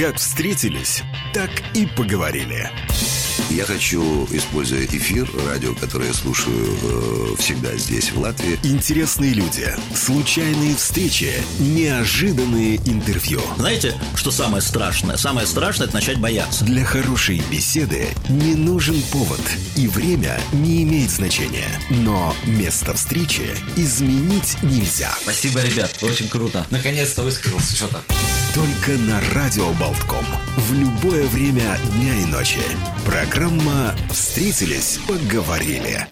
Как встретились, так и поговорили. Я хочу, используя эфир, радио, которое я слушаю всегда здесь, в Латвии. Интересные люди, случайные встречи, неожиданные интервью. Знаете, что самое страшное? Самое страшное – это начать бояться. Для хорошей беседы не нужен повод, и время не имеет значения. Но место встречи изменить нельзя. Спасибо, ребят, очень круто. Наконец-то высказался что-то. Только на Радио Болтком. В любое время дня и ночи. Программа «Встретились, поговорили».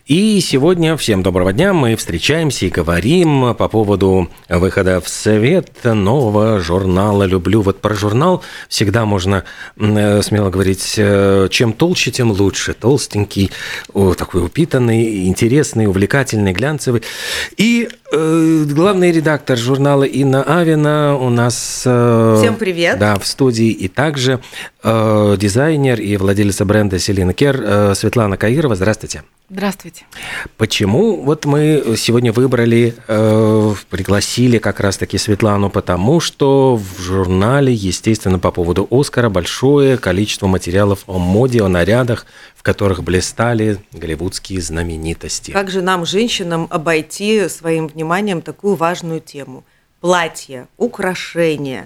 И сегодня, всем доброго дня, мы встречаемся и говорим по поводу выхода в свет нового журнала «Люблю». Вот про журнал всегда можно смело говорить, чем толще, тем лучше. Толстенький, такой упитанный, интересный, увлекательный, глянцевый. И главный редактор журнала Инна Авина у нас... Всем привет. Да, в студии. И также дизайнер и владелица бренда Селина Кер Светлана Каирова. Здравствуйте. Здравствуйте. Почему вот мы сегодня выбрали, пригласили как раз-таки Светлану? Потому что в журнале, естественно, по поводу «Оскара» большое количество материалов о моде, о нарядах, в которых блистали голливудские знаменитости. Как же нам, женщинам, обойти своим вниманием такую важную тему? Платья, украшения,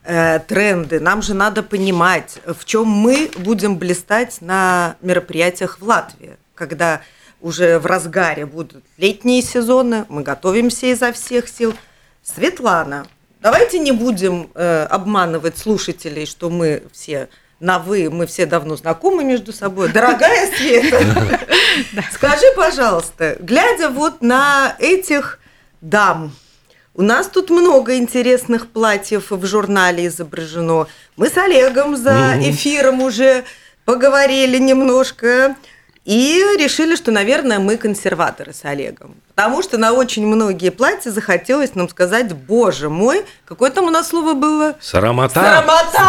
тренды. Нам же надо понимать, в чем мы будем блистать на мероприятиях в Латвии, когда уже в разгаре будут летние сезоны, мы готовимся изо всех сил. Светлана, давайте не будем обманывать слушателей, что мы все на «вы», мы все давно знакомы между собой. Дорогая Света, скажи, пожалуйста, глядя вот на этих дам, у нас тут много интересных платьев в журнале изображено. Мы с Олегом за эфиром уже поговорили немножко и решили, что, наверное, мы консерваторы с Олегом. Потому что на очень многие платья захотелось нам сказать: боже мой, какое там у нас слово было? Сарамота.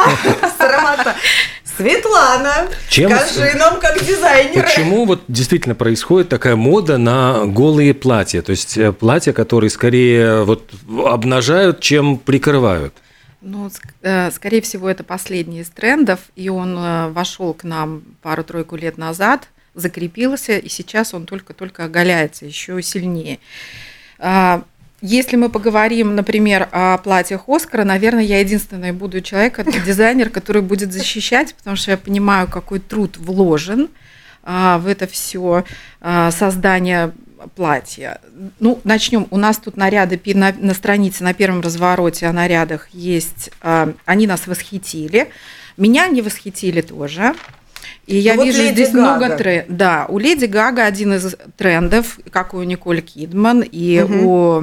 Сарамота. Светлана, скажи нам, как дизайнеры. Почему вот действительно происходит такая мода на голые платья? То есть платья, которые скорее вот обнажают, чем прикрывают? Ну, скорее всего, это последний из трендов, и он вошел к нам пару-тройку лет назад, закрепился, и сейчас он только-только оголяется еще сильнее. Если мы поговорим, например, о платьях «Оскара», наверное, я единственный буду человек, дизайнер, который будет защищать, потому что я понимаю, какой труд вложен в это все создание платья. Ну, начнем. У нас тут наряды на странице, на первом развороте о нарядах есть. Они нас восхитили. Меня не восхитили тоже. И я вижу здесь много трендов. Да, у Леди Гага один из трендов, как у Николь Кидман и у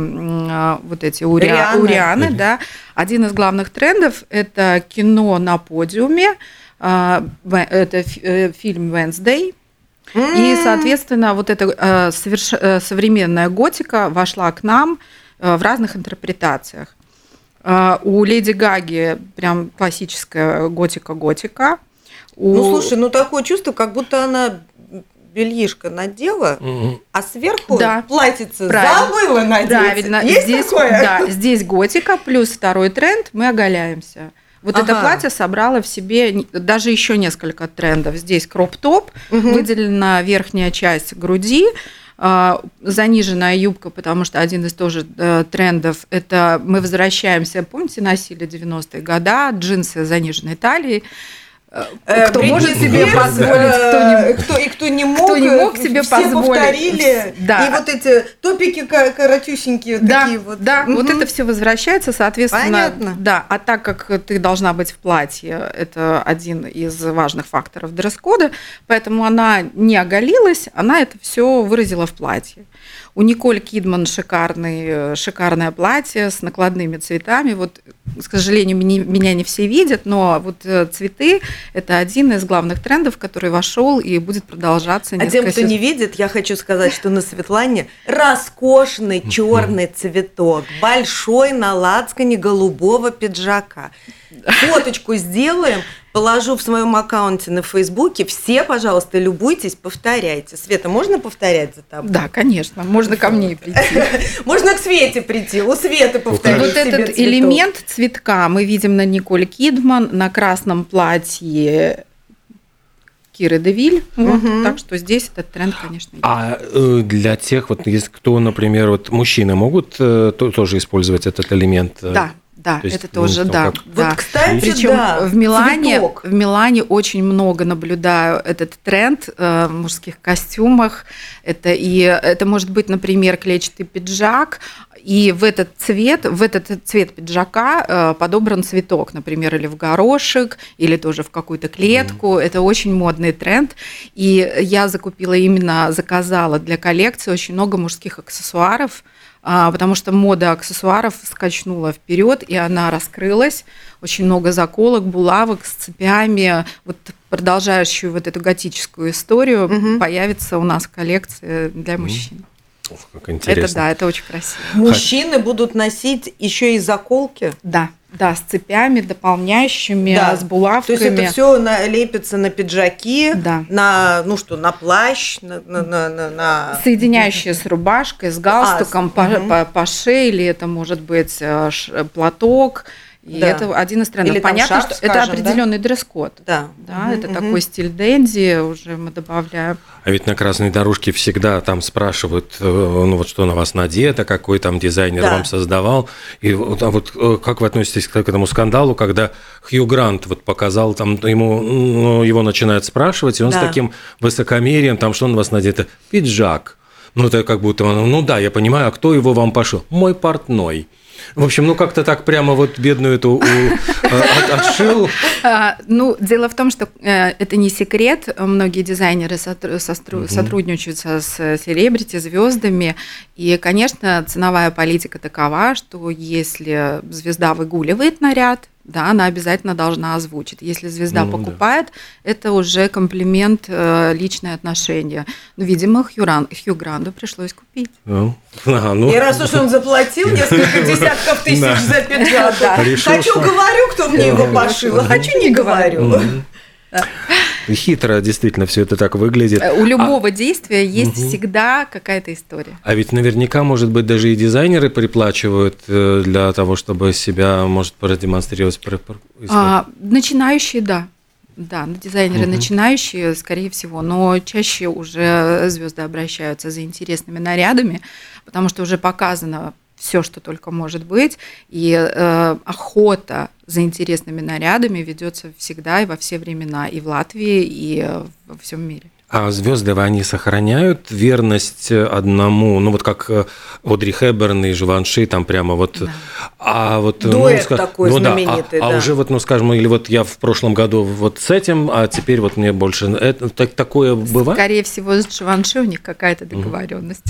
Рианы, да, один из главных трендов – это кино на подиуме, это фильм «Wednesday». И, соответственно, вот эта современная готика вошла к нам в разных интерпретациях. У Леди Гаги прям классическая готика-готика. Ну, слушай, такое чувство, как будто она бельишко надела, а сверху платьице забыла надеть. Правильно. Есть здесь, такое? Да, здесь готика, плюс второй тренд, мы оголяемся. Вот это платье собрало в себе даже еще несколько трендов. Здесь кроп-топ, выделена верхняя часть груди, заниженная юбка, потому что один из тоже трендов, это мы возвращаемся, помните, носили 90-е годы, джинсы с заниженной талией. Кто может себе позволить, кто не мог себе все позволить. Повторили. Да. И вот эти топики коротюсенькие такие вот. Да, вот это все возвращается, соответственно. Понятно. Да, а так как ты должна быть в платье, это один из важных факторов дресс-кода, поэтому она не оголилась, она это все выразила в платье. У Николь Кидман шикарное платье с накладными цветами. Вот, к сожалению, меня не все видят, но вот цветы – это один из главных трендов, который вошел и будет продолжаться несколько тем, кто не видит, я хочу сказать, что на Светлане роскошный черный цветок, большой на лацкане голубого пиджака. фоточку сделаем, положу в своем аккаунте на Фейсбуке. Все, пожалуйста, любуйтесь, повторяйте. Света, можно повторять за тобой? Да, конечно. Можно ко мне прийти. Можно к Свете прийти, у Светы повторить. Вот этот элемент цветка мы видим на Николь Кидман, на красном платье Киры Девиль. Так что здесь этот тренд, конечно, есть. А для тех, вот, если кто, например, вот мужчины могут тоже использовать этот элемент? Да, есть, это тоже, да. Вот, кстати, причем в Милане очень много наблюдаю этот тренд в мужских костюмах. Это может быть, например, клетчатый пиджак, и в этот цвет пиджака подобран цветок, например, или в горошек, или тоже в какую-то клетку. Это очень модный тренд. И я заказала для коллекции очень много мужских аксессуаров, потому что мода аксессуаров скачнула вперед, и она раскрылась. Очень много заколок, булавок с цепями. Вот продолжающую вот эту готическую историю появится у нас в коллекции для мужчин. Как интересно. Это очень красиво. Мужчины будут носить еще и заколки? Да, с цепями дополняющими, с булавками. То есть это все лепится на пиджаки, на плащ, на... Соединяющие с рубашкой, с галстуком по шее, или это может быть платок. И это один из трендов. Или понятно, шарф, что это определенный дресс-код. Да. Это такой стиль дэнди, уже мы добавляем. А ведь на красной дорожке всегда там спрашивают, что на вас надето, какой там дизайнер вам создавал. И вот как вы относитесь к этому скандалу, когда Хью Грант показал, там его начинают спрашивать, и он с таким высокомерием, там что на вас надето? Пиджак. Это как будто, я понимаю, а кто его вам пошил? Мой портной. В общем, как-то так прямо бедную эту отшил. Дело в том, что это не секрет. Многие дизайнеры сотрудничают с селебрити, звездами. И, конечно, ценовая политика такова, что если звезда выгуливает наряд, она обязательно должна озвучить. Если звезда покупает, это уже комплимент, личные отношения. Видимо, Хью Гранту пришлось купить. И раз уж он заплатил несколько десятков тысяч за пиджак, хочу говорю, кто мне его пошил, а хочу не говорю. Хитро действительно все это так выглядит. У любого действия есть всегда какая-то история. А ведь наверняка, может быть, даже и дизайнеры приплачивают для того, чтобы себя, может, продемонстрировать. Начинающие, да. Да, дизайнеры начинающие, скорее всего, но чаще уже звезды обращаются за интересными нарядами, потому что уже показано все, что только может быть, и охота за интересными нарядами ведется всегда и во все времена, и в Латвии, и во всем мире. А звезды, они сохраняют верность одному, как Одри Хепберн и Живанши, там прямо Да. Дуэт такой знаменитый, А уже скажем, или я в прошлом году с этим, а теперь мне больше... Такое бывает? Скорее всего, с Живанши у них какая-то договоренность.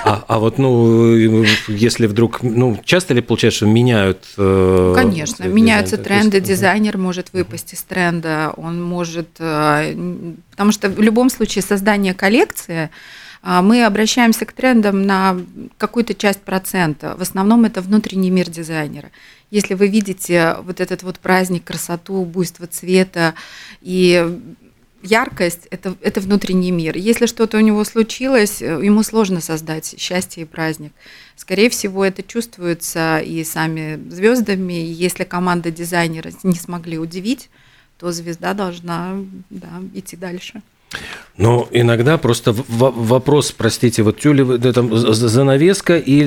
Если вдруг... часто ли получается, что меняют... Конечно, меняются тренды, дизайнер может выпасть из тренда, он может... Потому что в любом случае создание коллекции, мы обращаемся к трендам на какую-то часть процента. В основном это внутренний мир дизайнера. Если вы видите этот праздник, красоту, буйство цвета и яркость, это внутренний мир. Если что-то у него случилось, ему сложно создать счастье и праздник. Скорее всего, это чувствуется и сами звездами. Если команда дизайнера не смогли удивить, то звезда должна идти дальше. Но иногда просто вопрос, простите, тюль, занавеска и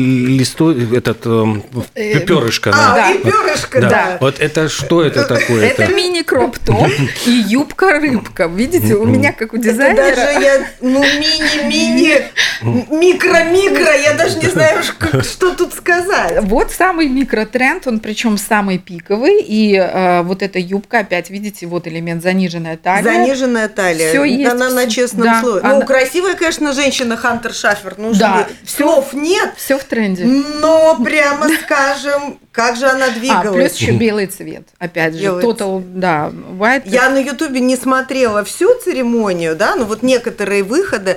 перышко. И перышко, да. Вот это что это такое? Это мини-кроп-топ и юбка-рыбка. Видите, у меня как у дизайнера. Это даже мини-мини, микро-микро, я даже не знаю, что тут сказать. Вот самый микротренд, он причем самый пиковый, и эта юбка, опять видите, элемент заниженная талия. Заниженная талия. Все есть. Она на честном слове. Красивая, конечно, женщина Хантер Шафер. Слов нет. Все в тренде. Но прямо скажем, как же она двигалась. Плюс еще белый цвет. Опять же, Total, white. Я на Ютубе не смотрела всю церемонию, некоторые выходы.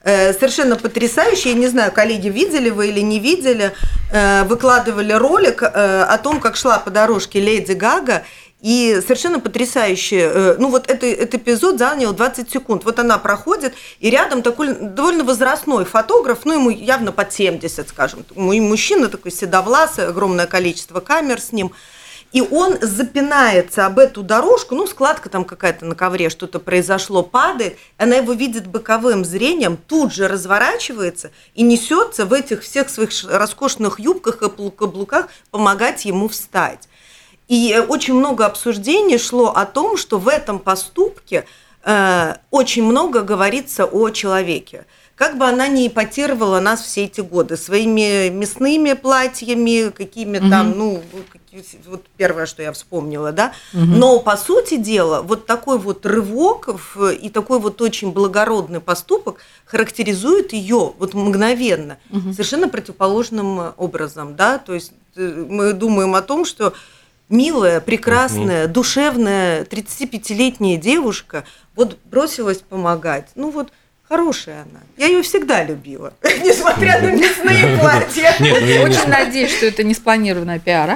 совершенно потрясающий. Я не знаю, коллеги, видели вы или не видели, выкладывали ролик о том, как шла по дорожке Леди Гага. И совершенно потрясающе. Ну, вот этот эпизод занял 20 секунд. Вот она проходит, и рядом такой довольно возрастной фотограф, ну, ему явно под 70, скажем. Мужчина такой седовласый, огромное количество камер с ним. И он запинается об эту дорожку, ну, складка там какая-то на ковре, что-то произошло, падает, она его видит боковым зрением, тут же разворачивается и несется в этих всех своих роскошных юбках и каблуках помогать ему встать. И очень много обсуждений шло о том, что в этом поступке очень много говорится о человеке. Как бы она ни эпатировала нас все эти годы своими мясными платьями, какими там, ну, вот первое, что я вспомнила, да. Но, по сути дела, вот такой вот рывок и такой вот очень благородный поступок характеризует ее вот мгновенно, совершенно противоположным образом, да. То есть мы думаем о том, что милая, прекрасная, душевная 35-летняя девушка вот бросилась помогать. Ну вот, хорошая она. Я ее всегда любила, несмотря на мясные платья. Очень надеюсь, что это не спланированная пиар-акция.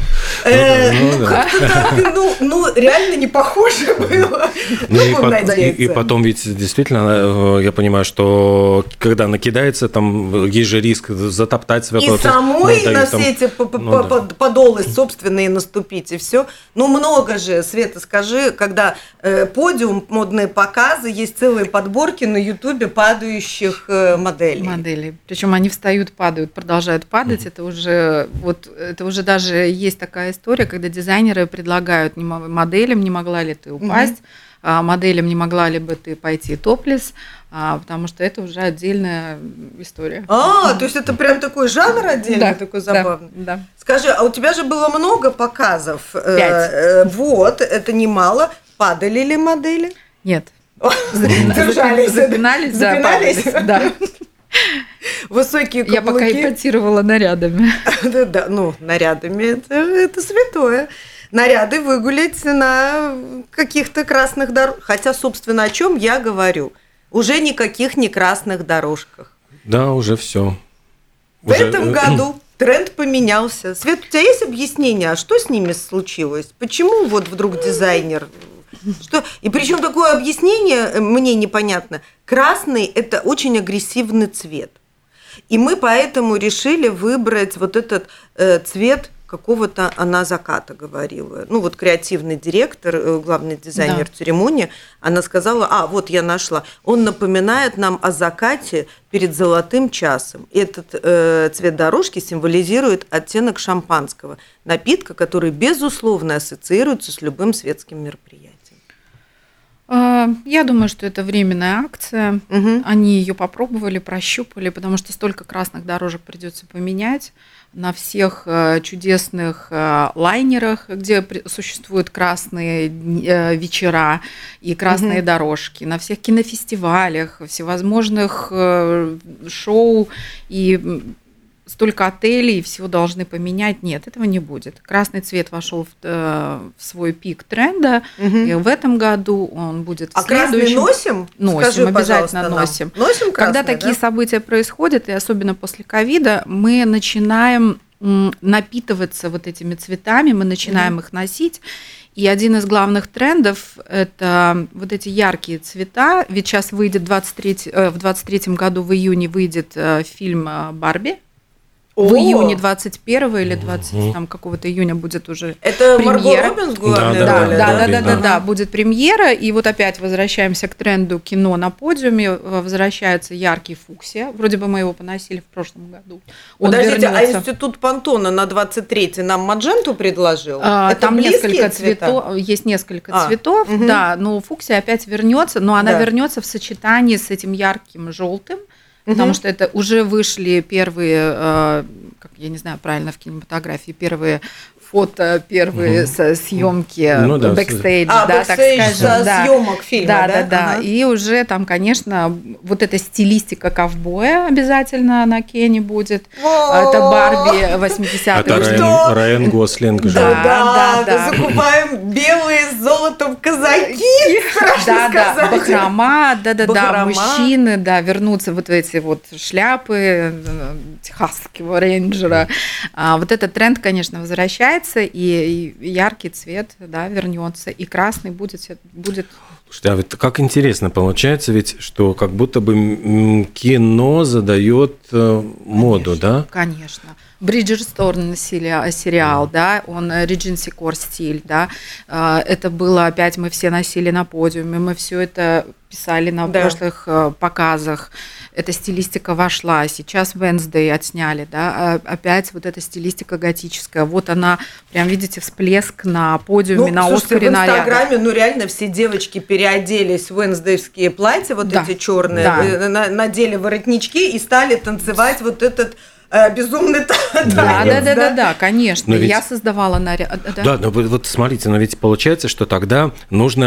Ну, реально не похоже было. И потом ведь действительно, я понимаю, что когда накидается, там есть же риск затоптать себя. И самой на все эти подолы собственные наступить, и все. Ну, много же, Света, скажи, когда подиум, модные показы, есть целые подборки на Ютубе падающих моделей. Причем они встают, падают, продолжают падать. Это уже даже есть такая история, когда дизайнеры предлагают моделям, не могла ли ты упасть, моделям, не могла ли бы ты пойти топлес, потому что это уже отдельная история. То есть это прям такой жанр отдельный, да, такой забавный. Да. Скажи, а у тебя же было много показов? 5. Вот, это немало. Падали ли модели? Нет. Запинались, да. Высокие каблуки. Я пока эпатировала нарядами. Да, ну, нарядами это святое. Наряды выгулять на каких-то красных дорожках. Хотя, собственно, о чем я говорю? Уже никаких не красных дорожках. Да, уже все. В этом году тренд поменялся. Свет, у тебя есть объяснение, а что с ними случилось? Почему вот вдруг дизайнер... Что? И причем такое объяснение мне непонятно. Красный – это очень агрессивный цвет. И мы поэтому решили выбрать вот этот цвет какого-то, она заката говорила. Ну вот креативный директор, главный дизайнер церемонии, она сказала, вот я нашла, он напоминает нам о закате перед золотым часом. Этот цвет дорожки символизирует оттенок шампанского, напитка, который, безусловно, ассоциируется с любым светским мероприятием. Я думаю, что это временная акция. Они ее попробовали, прощупали, потому что столько красных дорожек придется поменять на всех чудесных лайнерах, где существуют красные вечера и красные дорожки, на всех кинофестивалях, всевозможных шоу и столько отелей, всего должны поменять. Нет, этого не будет. Красный цвет вошел в свой пик тренда, и в этом году он будет в следующем. А красный носим? Носим, Скажи, обязательно носим. Носим красный, когда такие события происходят, и особенно после ковида, мы начинаем напитываться вот этими цветами, мы начинаем их носить. И один из главных трендов – это вот эти яркие цвета. Ведь сейчас выйдет в 23-м году, в июне выйдет фильм «Барби». В июне 21 или 20 там, какого-то июня будет уже это премьера. Марго Робинс главная? Да, будет премьера. И вот опять возвращаемся к тренду кино на подиуме. Возвращается яркий фуксия. Вроде бы мы его поносили в прошлом году. Подождите, а Институт Пантона на 23-й нам мадженту предложил? Это там несколько цветов. Есть несколько цветов, да, но фуксия опять вернется, но она вернется в сочетании с этим ярким желтым. Потому что это уже вышли первые, как я не знаю правильно в кинематографии, первые фото первые съемки, Ну да, бэкстейдж, А, да, так бэкстейдж скажем. Да. съемок фильма, да? Да. Ага. И уже там, конечно, вот эта стилистика ковбоя обязательно на Кене будет. Это Барби 80-х. Это Райан Гослинг же. Да. Закупаем белые с золотом казаки, страшно Да, сказать. бахрома, да, Бахрома. мужчины, да, вернутся вот эти вот шляпы техасского рейнджера. Вот этот тренд, конечно, возвращается, и яркий цвет, да, вернется, и красный будет. Слушайте, а вот как интересно получается, ведь что как будто бы кино задает моду, да? Конечно. Бриджерстон сериал, да, он Regency Core стиль, да, это было опять, мы все носили на подиуме, мы все это писали на прошлых показах, эта стилистика вошла, сейчас Wednesday отсняли, да, опять вот эта стилистика готическая, вот она, прям видите, всплеск на подиуме, на Оскаре наряда. В Инстаграме, реально все девочки переоделись в венсдейские платья, вот эти черные, надели воротнички и стали танцевать вот этот безумный танец. Да, конечно. Ведь... Я создавала наряд. Да, но вот смотрите, но ведь получается, что тогда нужно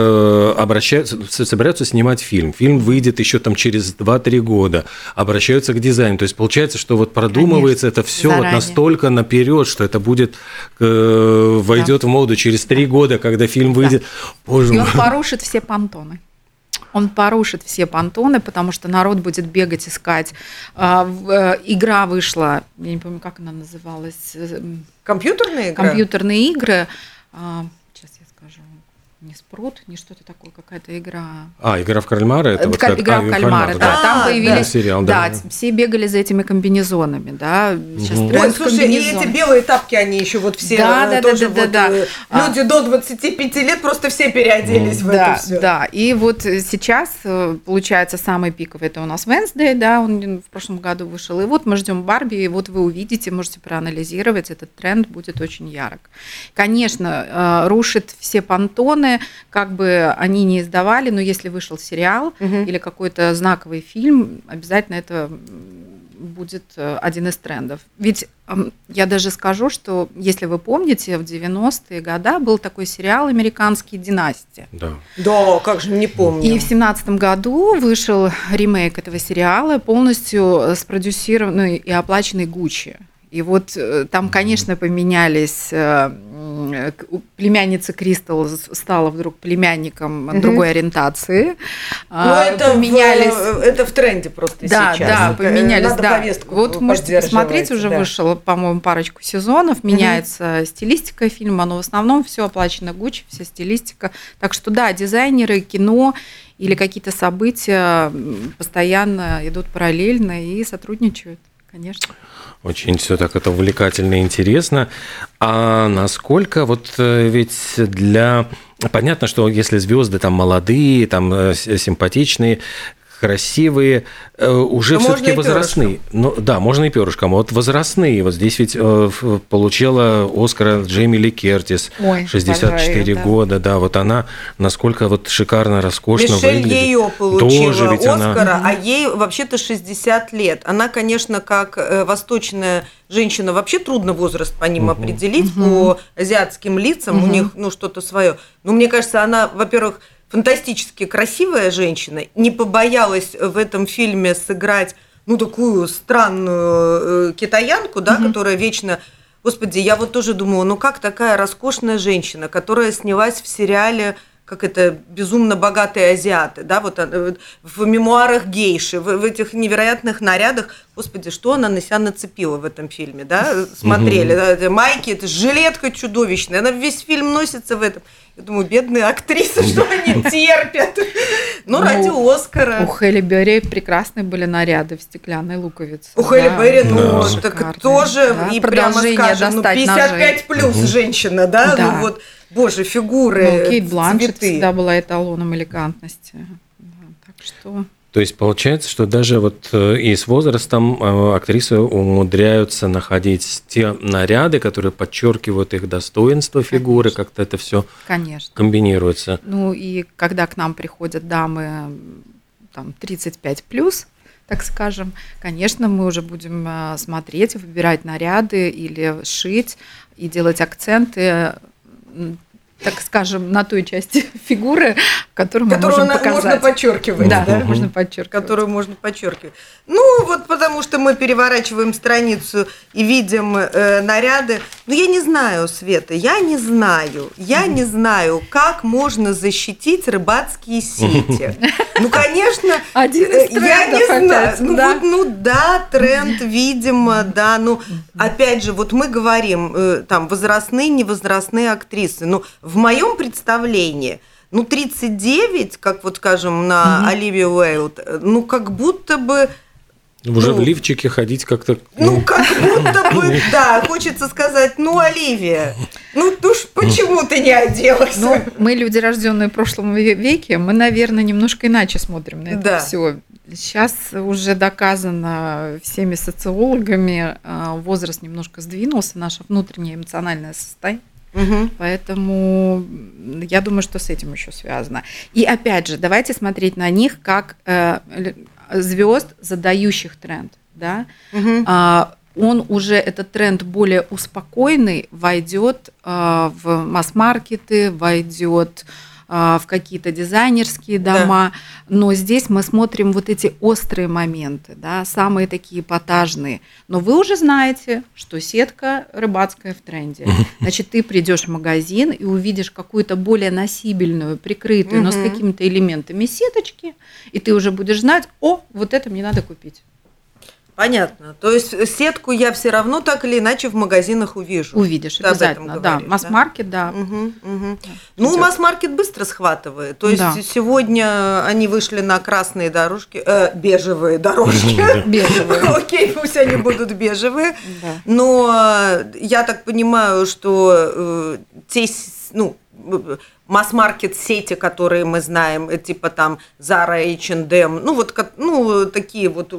собираются снимать фильм. Фильм выйдет еще там через 2-3 года. Обращаются к дизайну. То есть получается, что вот продумывается это все вот настолько наперед, что это будет войдет в моду через 3 года, когда фильм выйдет. Боже мой. И он порушит все понтоны. Он порушит все понтоны, потому что народ будет бегать, искать. Игра вышла, я не помню, как она называлась. Компьютерные игры? Компьютерные игры. Сейчас я скажу. Не спрут, не что-то такое, какая-то игра. Игра в кальмара? Это вот игра в кальмара, да. Там появились... сериал, да, все бегали за этими комбинезонами, да. Сейчас ой, слушай, и эти белые тапки, они еще вот все тоже люди до 25 лет просто все переоделись в это все. Да, и вот сейчас, получается, самый пиковый, это у нас Wednesday, да, он в прошлом году вышел, и вот мы ждем Барби, и вот вы увидите, можете проанализировать, этот тренд будет очень ярок. Конечно, рушит все понтоны, как бы они не издавали, но если вышел сериал или какой-то знаковый фильм, обязательно это будет один из трендов. Ведь я даже скажу, что, если вы помните, в 90-е годы был такой сериал американский «Династия». Да, как же не помню. И в 2017 году вышел ремейк этого сериала, полностью спродюсированный и оплаченный Гуччи. И вот там, конечно, поменялись, племянница Кристал стала вдруг племянником другой ориентации. Это в тренде просто сейчас. Да, поменялись. Надо повестку вот можете посмотреть, уже вышло, по-моему, парочку сезонов, меняется стилистика фильма, но в основном все оплачено Гуччи, вся стилистика. Так что да, дизайнеры, кино или какие-то события постоянно идут параллельно и сотрудничают, конечно. Очень все так это увлекательно и интересно. А насколько вот ведь понятно, что если звезды там молодые, там симпатичные, красивые, уже все-таки возрастные. Да, можно и перышком. Вот возрастные. Вот здесь ведь получила Оскара Джейми Ли Кертис, 64 года. Да, вот она насколько вот шикарно, роскошно выглядит. Мишель ее получила Оскара, а ей вообще-то 60 лет. Она, конечно, как восточная женщина, вообще трудно возраст по ним определить, по азиатским лицам, у них что-то свое. Но мне кажется, она, во-первых, фантастически красивая женщина, не побоялась в этом фильме сыграть, такую странную китаянку, да, которая вечно... Господи, я вот тоже думаю, как такая роскошная женщина, которая снялась в сериале, как это, «Безумно богатые азиаты», да, вот в мемуарах гейши, в этих невероятных нарядах. Господи, что она на себя нацепила в этом фильме, да, смотрели, да, майки, это жилетка чудовищная, она весь фильм носится в этом. Я думаю, бедные актрисы, что они терпят? Ради Оскара. У Хэлли Берри прекрасные были наряды в «Стеклянной луковице». У Хэлли Берри, так тоже, и прямо скажем, 55 плюс женщина, да, вот, боже, фигуры, Кейт Бланшетт цветы. всегда была эталоном элегантности. Так что... То есть получается, что даже вот и с возрастом актрисы умудряются находить те наряды, которые подчеркивают их достоинство фигуры, как-то это все комбинируется. И когда к нам приходят дамы там 35+, так скажем. Конечно, мы уже будем смотреть, выбирать наряды или шить и делать акценты, так скажем, на той части фигуры, которую мы можем показать. Можно подчеркивать. Да, можно подчеркивать. Которую можно подчеркивать. Ну, вот потому что мы переворачиваем страницу и видим наряды. Ну, я не знаю, Света, я не знаю, как можно защитить рыбацкие сети. Ну, конечно, один из трендов опять, да, тренд, видимо, да. Ну, опять же, вот мы говорим, там, возрастные, невозрастные актрисы. Ну, в моем представлении, 39, как вот скажем, на Оливию Уайлд, как будто бы... Уже в лифчике ходить как-то... как будто бы, да, хочется сказать, Оливия, почему ты не оделась? Мы люди, рожденные в прошлом веке, мы, наверное, немножко иначе смотрим на это все. Сейчас уже доказано всеми социологами, возраст немножко сдвинулся, наше внутреннее эмоциональное состояние. Поэтому я думаю, что с этим еще связано. И опять же, давайте смотреть на них как звезд, задающих тренд. Да? Он уже, этот тренд более успокоенный, войдет в масс-маркеты, войдет в какие-то дизайнерские дома, но здесь мы смотрим вот эти острые моменты, да, самые такие эпатажные. Но вы уже знаете, что сетка рыбацкая в тренде. Значит, ты придешь в магазин и увидишь какую-то более носибельную, прикрытую, но с какими-то элементами сеточки, и ты уже будешь знать, вот это мне надо купить. Понятно. То есть сетку я все равно так или иначе в магазинах увижу. Увидишь, ты обязательно, да. Масс-маркет, да. Ну, масс-маркет быстро схватывает. То есть сегодня они вышли на красные дорожки, бежевые дорожки. Бежевые. Окей, пусть они будут бежевые. Но я так понимаю, что те, масс-маркет сети, которые мы знаем, типа там Zara, H&M, такие вот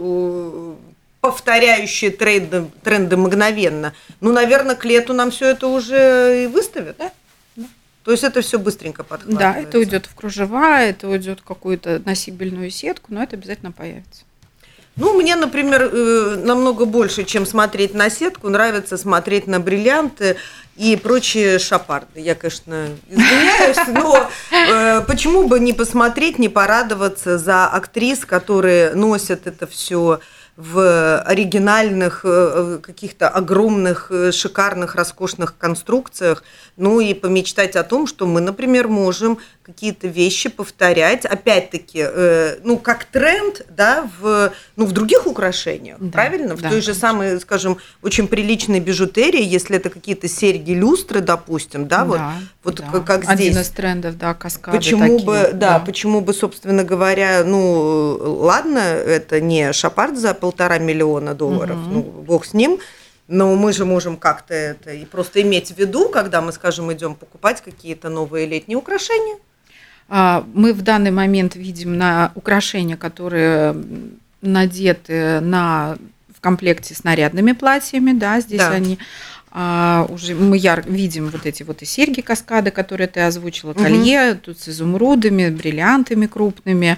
повторяющие тренды мгновенно. Наверное, к лету нам все это уже и выставят, да? То есть это все быстренько подхватывается. Да, это уйдет в кружева, это уйдет в какую-то носибельную сетку, но это обязательно появится. Мне, например, намного больше, чем смотреть на сетку, нравится смотреть на бриллианты и прочие шапарды. Я, конечно, извиняюсь, но почему бы не посмотреть, не порадоваться за актрис, которые носят это все в оригинальных, каких-то огромных, шикарных, роскошных конструкциях, и помечтать о том, что мы, например, можем какие-то вещи повторять, опять-таки, как тренд, да, в других украшениях, правильно? В той же самой, скажем, очень приличной бижутерии, если это какие-то серьги, люстры, допустим, да, как здесь. Один из трендов, да, каскады почему такие. Почему бы, собственно говоря, ладно, это не шапард за $1,5 миллиона, бог с ним, но мы же можем как-то это и просто иметь в виду, когда мы, скажем, идем покупать какие-то новые летние украшения. Мы в данный момент видим на украшения, которые надеты в комплекте с нарядными платьями, да, здесь они уже мы видим вот эти вот и серьги каскады, которые ты озвучила, колье, тут с изумрудами, бриллиантами крупными.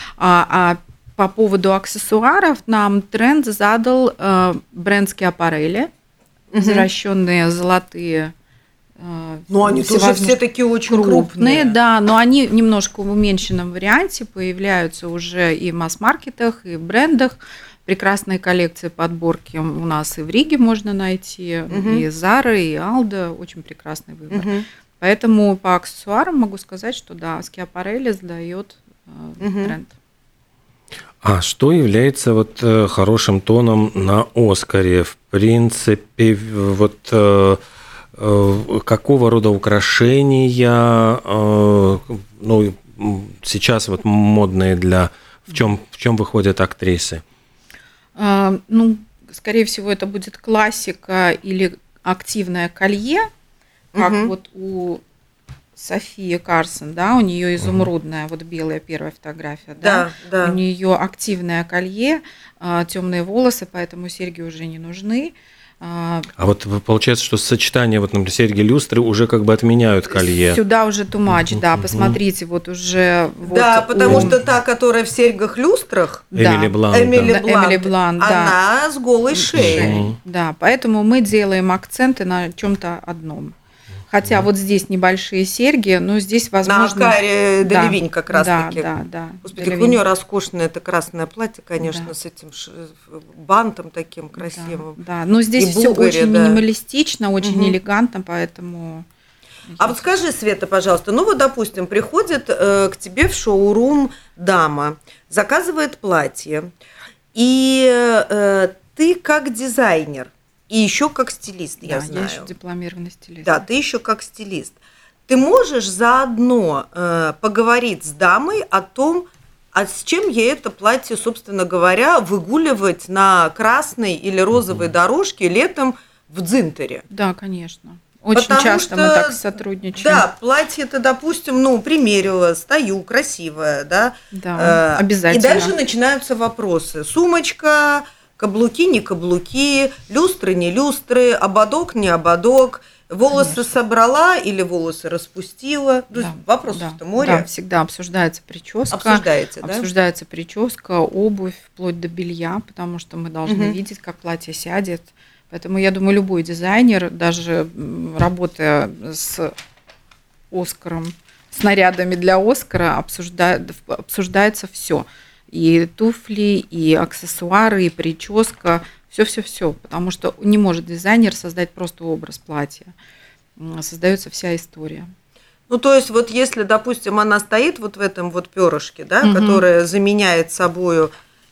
По поводу аксессуаров нам тренд задал бренд Schiaparelli, возвращенные золотые. Они тоже все такие очень крупные. Да, но они немножко в уменьшенном варианте появляются уже и в масс-маркетах, и в брендах. Прекрасные коллекции подборки у нас и в Риге можно найти, и Zara, и Aldo, очень прекрасный выбор. Поэтому по аксессуарам могу сказать, что да, Schiaparelli задает тренд. А что является хорошим тоном на Оскаре? В принципе, какого рода украшения сейчас модные в чем выходят актрисы? Скорее всего, это будет классика или активное колье, как у Софии Карсон, да, у нее изумрудная, белая первая фотография, да, у нее активное колье, темные волосы, поэтому серьги уже не нужны. А вот получается, что сочетание, вот, например, серьги-люстры уже как бы отменяют колье. Сюда уже too much, да, посмотрите, вот уже... Да, потому что та, которая в серьгах-люстрах, Эмили Блант, она с голой шеей. Да, поэтому мы делаем акценты на чем-то одном. Хотя вот здесь небольшие серьги, но здесь, возможно... На Акаре Делевинь как раз-таки. Да. Господи, как у нее роскошное это красное платье, конечно, с этим бантом таким красивым. Да, но здесь все очень минималистично, очень элегантно, поэтому... А вот скажи, Света, пожалуйста, ну вот, допустим, приходит к тебе в шоурум дама, заказывает платье, и ты как дизайнер, и еще как стилист, я знаю. Я еще дипломированный стилист. Да, ты еще как стилист. Ты можешь заодно поговорить с дамой о том, а с чем ей это платье, собственно говоря, выгуливать на красной или розовой дорожке летом в Дзинтере? Да, конечно. Очень часто мы так сотрудничаем. Да, платье-то, допустим, примерила, стою, красивая, да? Да, обязательно. И дальше начинаются вопросы. Сумочка, каблуки, не каблуки, люстры, не люстры, ободок, не ободок, волосы собрала или волосы распустила. То есть вопросов-то море. Да, всегда обсуждается прическа. Обсуждаете, да? Обсуждается прическа, обувь, вплоть до белья, потому что мы должны видеть, как платье сядет. Поэтому, я думаю, любой дизайнер, даже работая с Оскаром, с нарядами для Оскара, обсуждается все. И туфли, и аксессуары, и прическа, все, потому что не может дизайнер создать просто образ платья. Создается вся история. Ну, то есть, вот если, допустим, она стоит вот в этом вот перышке, да, которое заменяет собою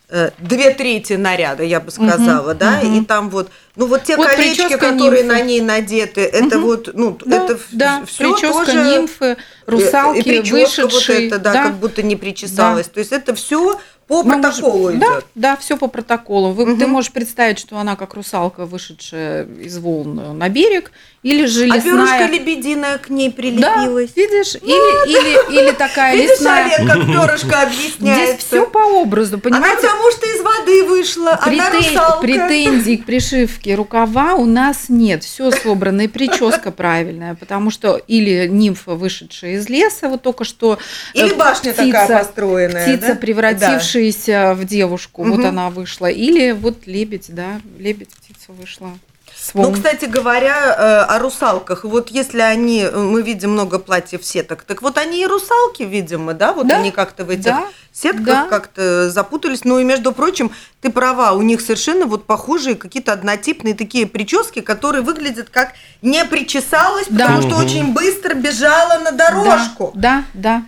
2/3 наряда, я бы сказала, да, и там вот, те вот колечки, которые на ней надеты, это вот, это все прическа, тоже нимфы, русалки, вышедшие, вот это, как будто не причесалась, то есть это все по протоколу идет. Да, все по протоколу. Ты можешь представить, что она как русалка, вышедшая из волн на берег, или же лесная. А перышко лебединое к ней прилепилось. Да, видишь, или такая лесная. Видишь, Олег, как перышко объясняется. Здесь все по образу, понимаете? Она потому что из воды вышла, она русалка. Претензий к пришивке рукава у нас нет. Все собрано, и прическа правильная, потому что или нимфа, вышедшая из леса, вот только что. Или башня такая построенная. Птица, превратившаяся в девушку, вот она вышла. Или вот лебедь, птица вышла. Ну, кстати говоря, о русалках. Вот если мы видим много платьев сеток, так вот они и русалки, видимо, да? Вот они как-то в этих сетках как-то запутались. Ну и, между прочим, ты права, у них совершенно вот похожие какие-то однотипные такие прически, которые выглядят как не причесалась, потому что очень быстро бежала на дорожку. Да.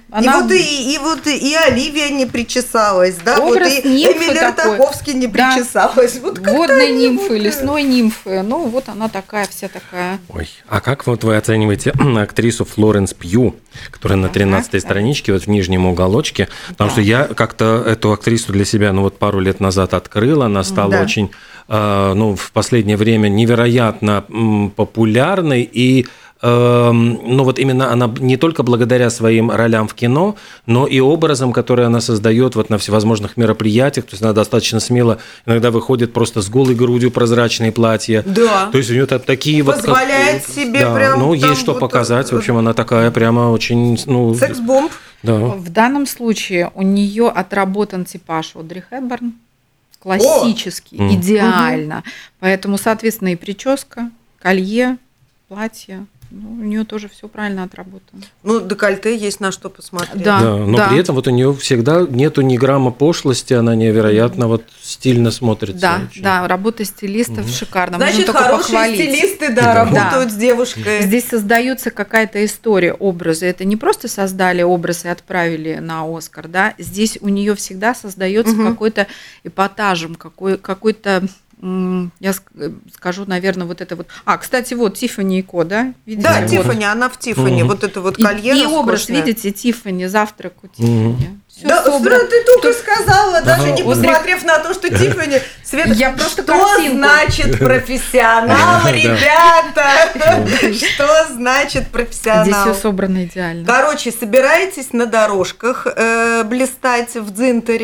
И Оливия не причесалась, да? Образ вот и Эмилия Ртаковский не причесалась. Вот водной нимфы, лесной нимфы. Ну, вот она такая, вся такая. Ой, а как вот вы оцениваете актрису Флоренс Пью, которая на 13-й страничке, вот в нижнем уголочке, потому что я как-то эту актрису для себя, пару лет назад открыл, она стала очень, в последнее время невероятно популярной, и вот именно она не только благодаря своим ролям в кино, но и образом, который она создает вот на всевозможных мероприятиях. То есть она достаточно смело иногда выходит просто с голой грудью, прозрачные платья. Да. То есть у нее там такие позволяет себе прям. Есть что показать. В общем, она такая прямо очень. Секс-бомб. Да. В данном случае у нее отработан типаж Одри Хепберн. Классический, идеально. Поэтому, соответственно, и прическа, колье, платье. У нее тоже все правильно отработано. Декольте есть на что посмотреть. Да, но при этом вот у нее всегда нету ни грамма пошлости, она невероятно вот стильно смотрится. Да, работа стилистов шикарна. Значит, хорошие стилисты, работают с девушкой. Здесь создается какая-то история, образы. Это не просто создали образ и отправили на Оскар, да. Здесь у нее всегда создается какой-то эпатажем, какой-то. Я скажу, наверное, вот это вот. Кстати, вот Тиффани & Ко, да? Видите? Да, вот. Тиффани, она в Тиффани. Вот это вот колье. И образ, видите, Тиффани, завтрак у Тиффани. Да, ты только сказала, даже не посмотрев на то, что Тиффани. Света, я просто что значит профессионал, ребята? Что значит профессионал? Здесь все собрано идеально. Короче, собираетесь на дорожках блистать в Дзинтере.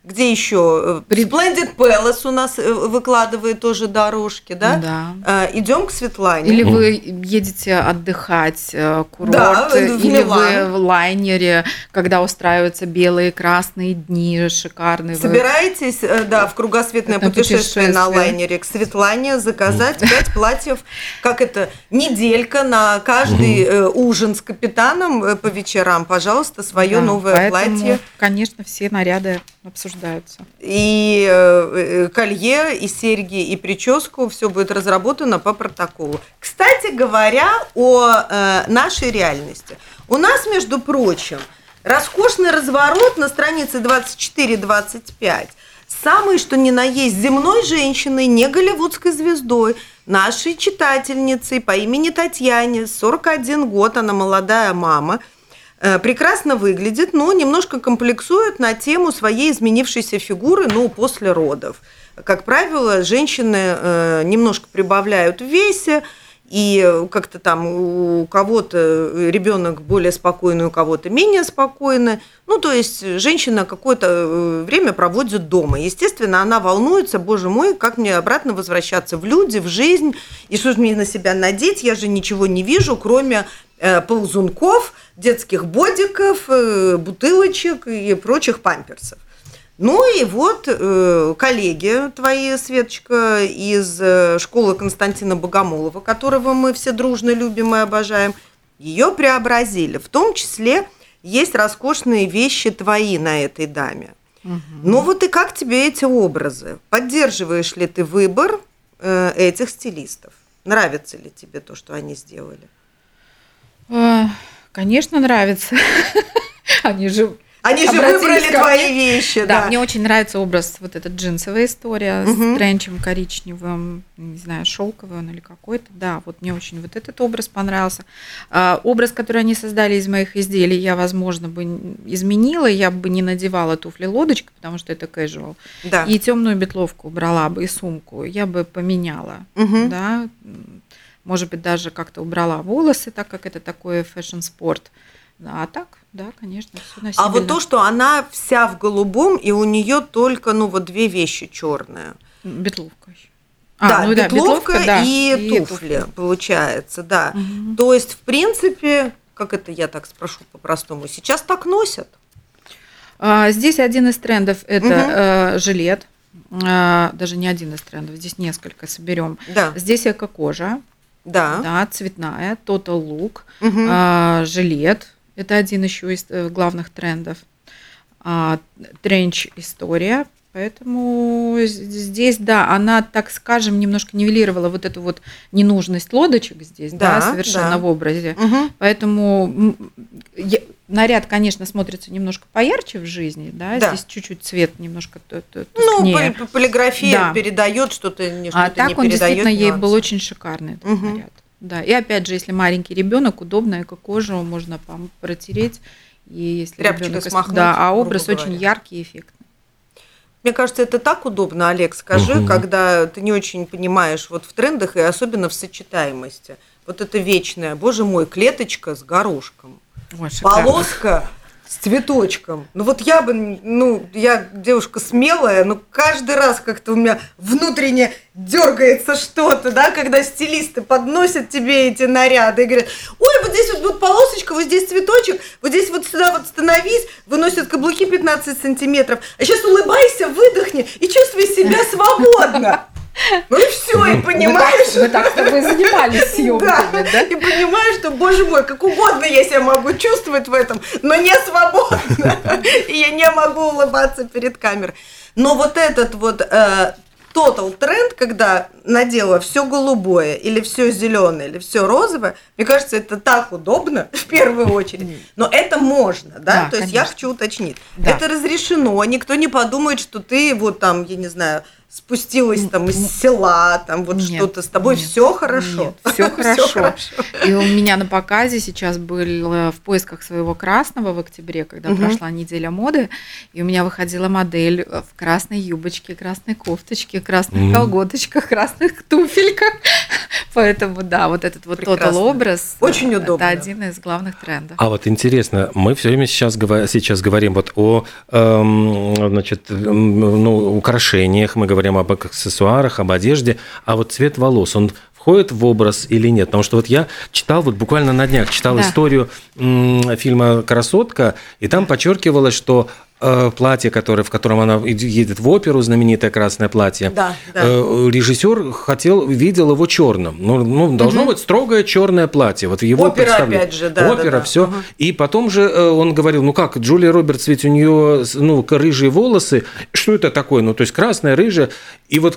Где еще? Splendid Palace у нас выкладывает тоже дорожки, да? Да. Идем к Светлане. Или вы едете отдыхать курорт, Да, или вы в лайнере, когда устраиваются белые, красные дни, шикарные. Собираетесь, да, в кругосветное путешествие на лайнере к Светлане, заказать 5 платьев, как это, неделька на каждый ужин с капитаном по вечерам, пожалуйста, свое новое платье. Конечно, все наряды обсуждаются. И колье, и серьги, и прическу, все будет разработано по протоколу. Кстати говоря, о нашей реальности. У нас, между прочим, роскошный разворот на странице 24-25. Самой, что ни на есть, земной женщиной, не голливудской звездой, нашей читательницей по имени Татьяне, 41 год, она молодая мама, прекрасно выглядит, но немножко комплексует на тему своей изменившейся фигуры, после родов. Как правило, женщины немножко прибавляют в весе, и как-то там у кого-то ребенок более спокойный, у кого-то менее спокойный. То есть женщина какое-то время проводит дома. Естественно, она волнуется, боже мой, как мне обратно возвращаться в люди, в жизнь, и что же мне на себя надеть, я же ничего не вижу, кроме ползунков, детских бодиков, бутылочек и прочих памперсов. И вот коллеги твои, Светочка, из школы Константина Богомолова, которого мы все дружно любим и обожаем, ее преобразили. В том числе есть роскошные вещи твои на этой даме. Угу. И как тебе эти образы? Поддерживаешь ли ты выбор этих стилистов? Нравится ли тебе то, что они сделали? Конечно, нравится. Они же выбрали твои вещи, да. Мне очень нравится образ, вот эта джинсовая история с тренчем коричневым, не знаю, шелковый он или какой-то. Да, вот мне очень вот этот образ понравился. Образ, который они создали из моих изделий, я, возможно, бы изменила, я бы не надевала туфли-лодочки, потому что это casual. Да. И темную бетловку убрала бы, и сумку я бы поменяла, да. Может быть, даже как-то убрала волосы, так как это такой фэшн-спорт. А так, да, конечно, все носибельно. А вот то, что она вся в голубом, и у нее только, 2 вещи черные. Бетловка еще. Бетловка и туфли, получается, да. Угу. То есть, в принципе, как это я так спрошу по-простому, сейчас так носят? Здесь один из трендов – это жилет. Даже не один из трендов, здесь несколько соберем. Да. Здесь эко-кожа. Да, цветная, Total Look, жилет. Это один еще из главных трендов. Тренч-история. Поэтому здесь, да, она, так скажем, немножко нивелировала вот эту вот ненужность лодочек здесь, совершенно в образе. Угу. Поэтому наряд, конечно, смотрится немножко поярче в жизни, да, здесь чуть-чуть цвет немножко тускнее. Полиграфия передает что-то, что-то не передает. А так он действительно ей был очень шикарный этот наряд. Да, и опять же, если маленький ребенок, удобно, эко-кожу можно протереть, и если тряпочкой смахнуть, а образ очень яркий и эффектный. Мне кажется, это так удобно, Олег, скажи, когда ты не очень понимаешь в трендах и особенно в сочетаемости. Вот это вечное, боже мой, клеточка с горошком, полоска с цветочком. Я девушка смелая, но каждый раз как-то у меня внутренне дергается что-то, да, когда стилисты подносят тебе эти наряды и говорят: ой, вот здесь вот полосочка, вот здесь цветочек, вот здесь вот сюда вот становись, выносят каблуки 15 сантиметров, а сейчас улыбайся, выдохни и чувствуй себя свободно. И все, и понимаешь... Мы так с тобой занимались съемками, да? И понимаешь, что, боже мой, как угодно я себя могу чувствовать в этом, но не свободно. И я не могу улыбаться перед камерой. Но вот этот total тренд, когда надела все голубое, или все зеленое, или все розовое, мне кажется, это так удобно, в первую очередь. Но это можно, да? То есть я хочу уточнить. Это разрешено, никто не подумает, что ты я не знаю, спустилась там из села, там вот Нет, что-то с тобой, нет, все хорошо. Нет, все хорошо. И у меня на показе сейчас был в поисках своего красного в октябре, когда прошла неделя моды, и у меня выходила модель в красной юбочке, красной кофточке, красных колготочках, красных туфельках. Поэтому, да, вот этот вот total образ, очень удобно. Это один из главных трендов. А вот интересно, мы все время сейчас говорим вот о украшениях, мы говорим об аксессуарах, об одежде, а вот цвет волос, он входит в образ или нет? Потому что вот я читал, вот буквально на днях читал историю фильма «Красотка», и там подчеркивалось, что платье, в котором она едет в оперу, знаменитое красное платье. Да. Режиссер видел его черным. Ну, должно быть строгое черное платье. Вот его опера, представляют. опять же, да. Опера, все. И потом же он говорил, ну как, Джулия Робертс, ведь у нее рыжие волосы. Что это такое? Ну, то есть красное, рыжее. И вот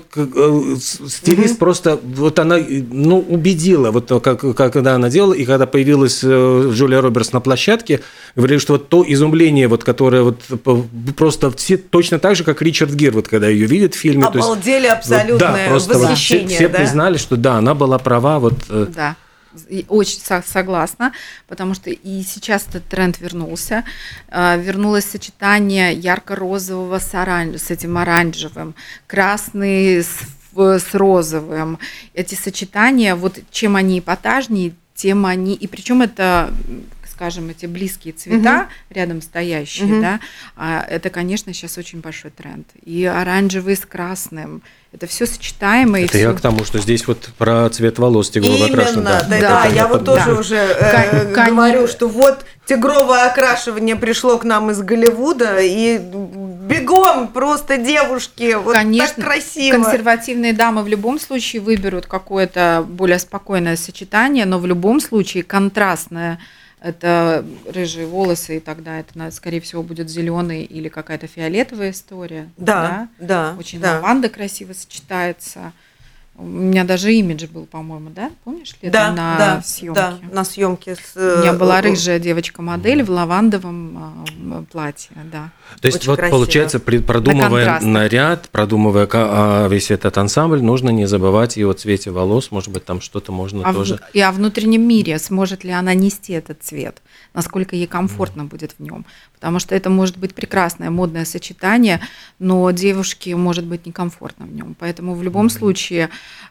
стилист просто, вот она, убедила, вот когда она делала, и когда появилась Джулия Робертс на площадке, говорили, что вот то изумление, вот, которое вот просто все точно так же, как Ричард Гир, вот когда ее видят в фильме. Обалдели, абсолютное восхищение. Все признали, что да, она была права. Вот. Да. Очень согласна, потому что и сейчас этот тренд вернулся. Вернулось сочетание ярко-розового с этим оранжевым, красный с розовым. Эти сочетания, вот чем они эпатажнее, тем они... И причем это, скажем, эти близкие цвета рядом стоящие, да, это, конечно, сейчас очень большой тренд. И оранжевый с красным. Это все сочетаемо. Это я к тому, что здесь вот про цвет волос тигрово окрашен. Да, я вот тоже уже говорю, что вот тигровое окрашивание пришло к нам из Голливуда, и бегом просто девушки, вот конечно, так красиво. Консервативные дамы в любом случае выберут какое-то более спокойное сочетание, но в любом случае контрастное. Это рыжие волосы, и тогда это, скорее всего, будет зеленый или какая-то фиолетовая история. Да. Очень лаванда красиво сочетается. У меня даже имидж был, по-моему, да? Помнишь ли? На съемке. Да, на съемке. У меня была рыжая девочка-модель в лавандовом платье, да. То есть, вот красиво. Получается, продумывая наряд, продумывая весь этот ансамбль, нужно не забывать и о цвете волос, может быть, там что-то можно тоже... И о внутреннем мире, сможет ли она нести этот цвет, насколько ей комфортно будет в нем. Потому что это может быть прекрасное модное сочетание, но девушке может быть некомфортно в нем. Поэтому в любом случае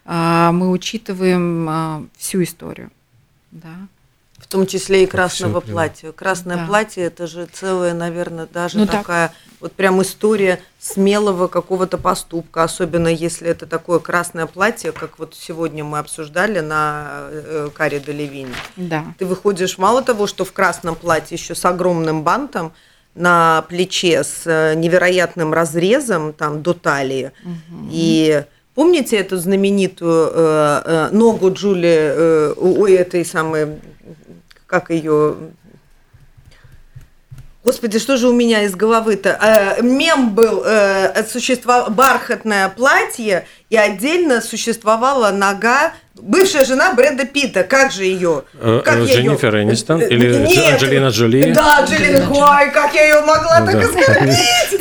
мы учитываем всю историю. Да. В том числе и красного платья. Красное платье – это же целая, наверное, даже такая вот прям история смелого какого-то поступка, особенно если это такое красное платье, как вот сегодня мы обсуждали на Каре Делевине. Да. Ты выходишь мало того, что в красном платье еще с огромным бантом на плече, с невероятным разрезом там до талии. И помните эту знаменитую ногу Джули, этой самой... Как ее... Господи, что же у меня из головы-то? Мем был, бархатное платье, и отдельно существовала нога, бывшая жена Брэда Питта. Как же ее? Дженнифер Энистон? Или Анджелина Джоли? Да, Анджелина. Ой, как я ее могла так оскорбить!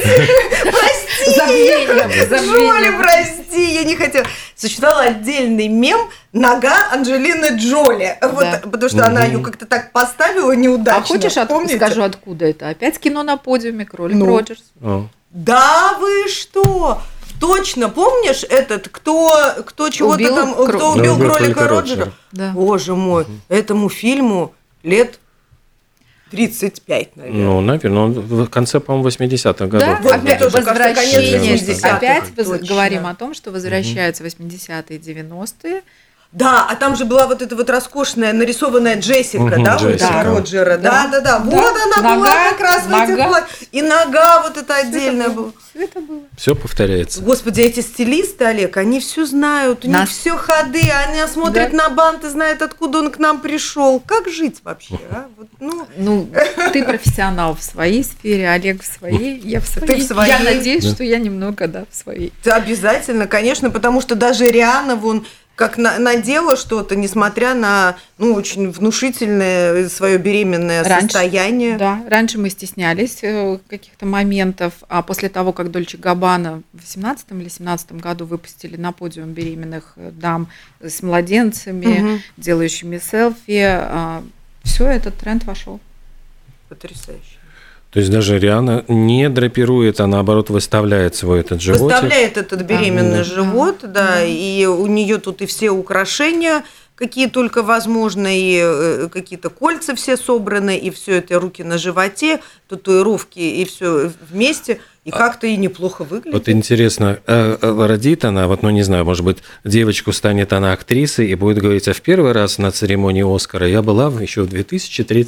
Прости! Джоли, прости, я не хотела. Существовал отдельный мем «Нога Анджелины Джоли». Вот, потому что она ее как-то так поставила неудачно. А хочешь, скажу, откуда это? Опять кино на подиуме, Кролик Роджерс. Да вы что? Точно, помнишь этот, кто убил кролика Роджера? Да. Боже мой, этому фильму лет 35, наверное. Ну, наверное, он в конце, по-моему, 80-х годов. Да, опять возвращение. Опять точно. Говорим о том, что возвращаются 80-е, 90-е. Да, а там же была вот эта вот роскошная нарисованная Джессика, да, у этого Роджера. Да. Вот она была как раз в этих платьях. И нога вот эта отдельная была. Все это было. Все повторяется. Господи, эти стилисты, Олег, они все знают, у них все ходы, они смотрят на бант и знают, откуда он к нам пришел. Как жить вообще? А? Вот, ты профессионал в своей сфере, Олег в своей, я в своей. Ты в своей. Я надеюсь, что я немного, в своей. Обязательно, конечно, потому что даже Риhanna, как надела что-то, несмотря на очень внушительное свое беременное состояние. Да, раньше мы стеснялись каких-то моментов, а после того, как Дольче Габбана в 2018 или 2017 году выпустили на подиум беременных дам с младенцами, делающими селфи, все, этот тренд вошел. Потрясающе. То есть даже Риhanna не драпирует, а наоборот выставляет свой этот животик. Выставляет этот беременный живот, да, и у нее тут и все украшения, какие только возможно, и какие-то кольца все собраны, и все это руки на животе, татуировки, и все вместе, и как-то и неплохо выглядит. Вот интересно, родит она, не знаю, может быть, девочку станет она актрисой и будет говорить, а в первый раз на церемонии Оскара я была еще в 2023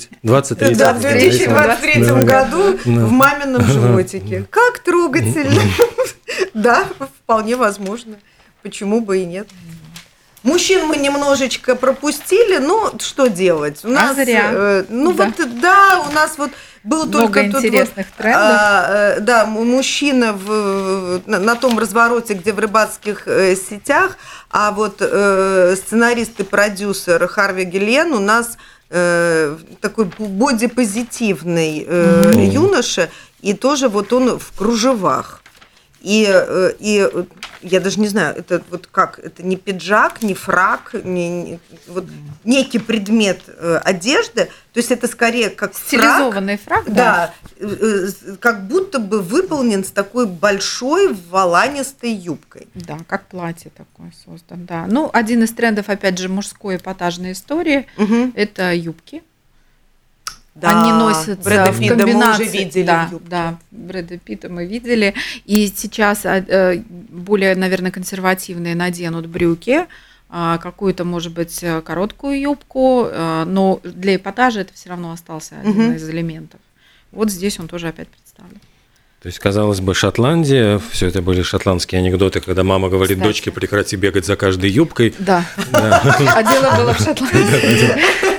году в мамином животике. Как трогательно. Да, вполне возможно. Почему бы и нет. Мужчин мы немножечко пропустили, но что делать? У нас, зря. У нас был много только интересных трендов. Мужчина на том развороте, где в рыбацких сетях, а сценарист и продюсер Харви Гиллен у нас такой бодипозитивный юноша, и тоже он в кружевах. И я даже не знаю, это это не пиджак, не фрак, некий предмет одежды, то есть это скорее как стилизованный фрак, да, как будто бы выполнен с такой большой воланистой юбкой. Да, как платье такое создан, да. Один из трендов, опять же, мужской эпатажной истории, это юбки. Да, они носятся Брэда в Питта комбинации. Мы уже видели Да, Брэда Питта мы видели. И сейчас более, наверное, консервативные наденут брюки, какую-то, может быть, короткую юбку, но для эпатажа это все равно остался один из элементов. Вот здесь он тоже опять представлен. То есть, казалось бы, Шотландия, все это были шотландские анекдоты, когда мама говорит, дочке, прекрати бегать за каждой юбкой. Да, а дело было в Шотландии.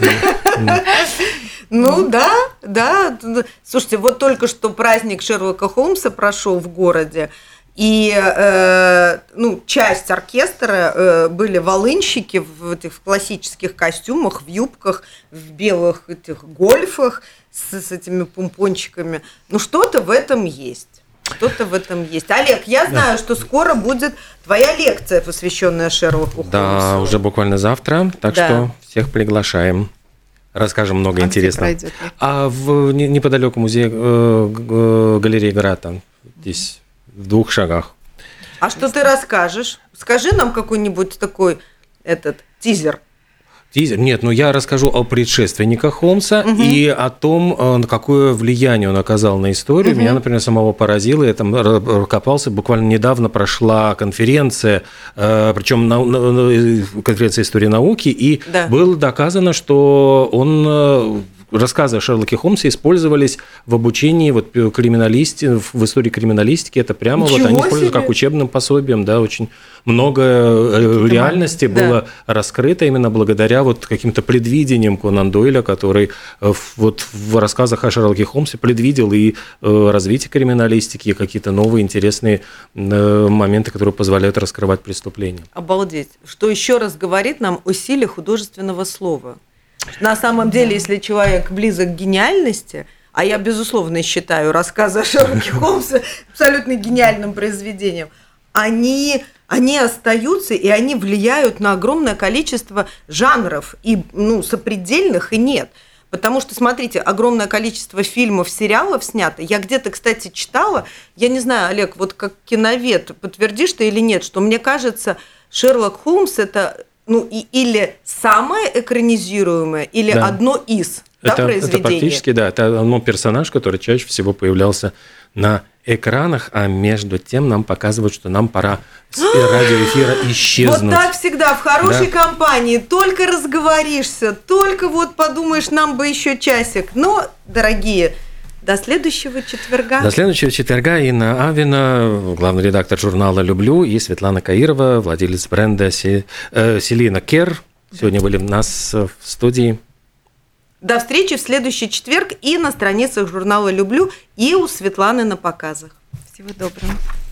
Да. Слушайте, только что праздник Шерлока Холмса прошел в городе, и часть оркестра были волынщики в этих классических костюмах, в юбках, в белых этих гольфах с этими помпончиками. Что-то в этом есть. Олег, я знаю, что скоро будет твоя лекция, посвященная Шерлоку Холмсу. Да, уже буквально завтра, так что всех приглашаем. Расскажем много интересного. А неподалеку музей галереи Грата, здесь в 2 шагах. А что ты расскажешь? Скажи нам какой-нибудь такой тизер. Нет, я расскажу о предшественниках Холмса и о том, какое влияние он оказал на историю. Меня, например, самого поразило. Я там копался. Буквально недавно прошла конференция, причем конференция истории науки, и было доказано, что рассказы о Шерлоке Холмсе использовались в обучении криминалистики, в истории криминалистики. Это прямо они используют как учебным пособием, да, очень много реальности было раскрыто именно благодаря каким-то предвидениям Конан Дойля, который в рассказах о Шерлоке Холмсе предвидел и развитие криминалистики, и какие-то новые интересные моменты, которые позволяют раскрывать преступления. Обалдеть. Что еще раз говорит нам о силе художественного слова. На самом деле, если человек близок к гениальности, а я, безусловно, считаю рассказы о Шерлоке Холмсе абсолютно гениальным произведением, они остаются, и они влияют на огромное количество жанров, и сопредельных, и нет. Потому что, смотрите, огромное количество фильмов, сериалов снято. Я где-то, кстати, читала, я не знаю, Олег, как киновед, подтвердишь ты или нет, что мне кажется, Шерлок Холмс – это или самое экранизируемое, или одно из произведений. Это практически, это персонаж, который чаще всего появлялся на экранах, а между тем нам показывают, что нам пора с радиоэфира исчезнуть. Так всегда, в хорошей компании, только разговоришься, только подумаешь, нам бы еще часик. Но, дорогие, до следующего четверга. До следующего четверга. Инна Авина, главный редактор журнала «Люблю», и Светлана Каирова, владелец бренда Селина Кер. Сегодня были у нас в студии. До встречи в следующий четверг и на страницах журнала «Люблю», и у Светланы на показах. Всего доброго.